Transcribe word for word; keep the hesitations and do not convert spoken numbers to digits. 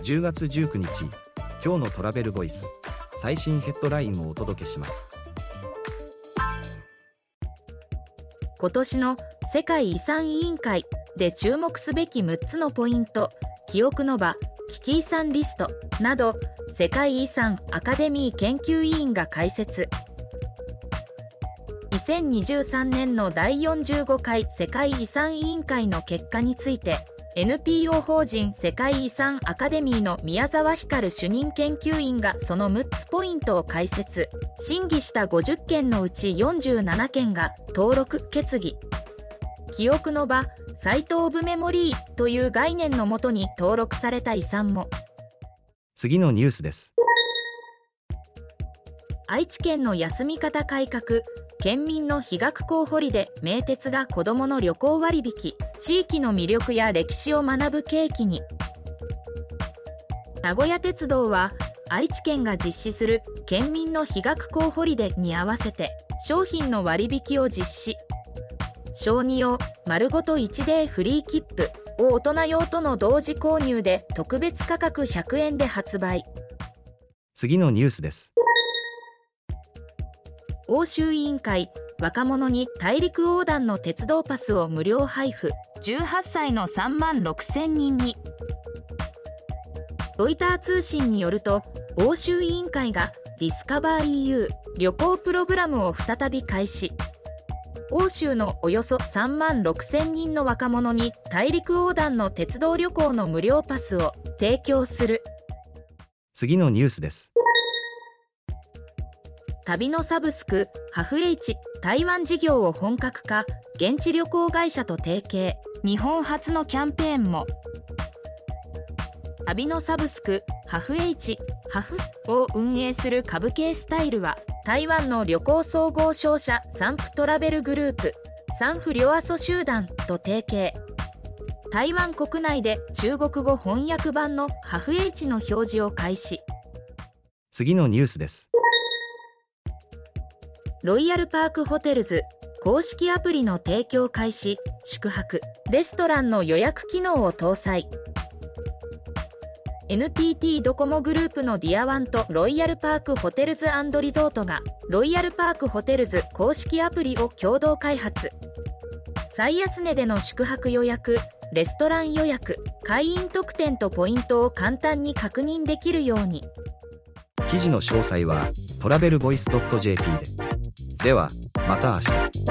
じゅうがつじゅうくにち、今日のトラベルボイス、最新ヘッドラインをお届けします。 今年の世界遺産委員会で注目すべきむっつのポイント、記憶の場、危機遺産リストなど、世界遺産アカデミー研究委員が解説。にせんにじゅうさんねんのだいよんじゅうごかい世界遺産委員会の結果について、エヌピーオー 法人世界遺産アカデミーの宮沢光主任研究員がそのむっつポイントを解説。審議したごじゅっけんのうちよんじゅうななけんが登録決議。記憶の場、サイトオブメモリーという概念のもとに登録された遺産も。 次のニュースです。 愛知県の休み方改革、県民の日学校ホリデー、名鉄が子どもの旅行割引、地域の魅力や歴史を学ぶ契機に。名古屋鉄道は愛知県が実施する県民の日学校ホリデーに合わせて商品の割引を実施。小児用丸ごといちデーフリー切符を大人用との同時購入で特別価格ひゃくえんで発売。 次のニュースです。 欧州委員会、若者に大陸横断の鉄道パスを無料配布、じゅうはっさいのさんまんろくせんにんに。ロイター通信によると、欧州委員会がディスカバー イーユー 旅行プログラムを再び開始。欧州のおよそさんまんろくせんにんの若者に大陸横断の鉄道旅行の無料パスを提供する。 次のニュースです。 旅のサブスク、ハフ H、台湾事業を本格化、現地旅行会社と提携、日本初のキャンペーンも。旅のサブスク、ハフ H、ハフを運営する株系スタイルは、台湾の旅行総合商社サンフトラベルグループ、サンフリョアソ集団と提携。台湾国内で中国語翻訳版のハフ H の表示を開始。 次のニュースです。 ロイヤルパークホテルズ公式アプリの提供開始、宿泊、レストランの予約機能を搭載。エヌティーティー ドコモグループのディアワンとロイヤルパークホテルズ&リゾートがロイヤルパークホテルズ公式アプリを共同開発。最安値での宿泊予約、レストラン予約、会員特典とポイントを簡単に確認できるように。 記事の詳細はトラベルボイス .ジェーピー で。では、また明日。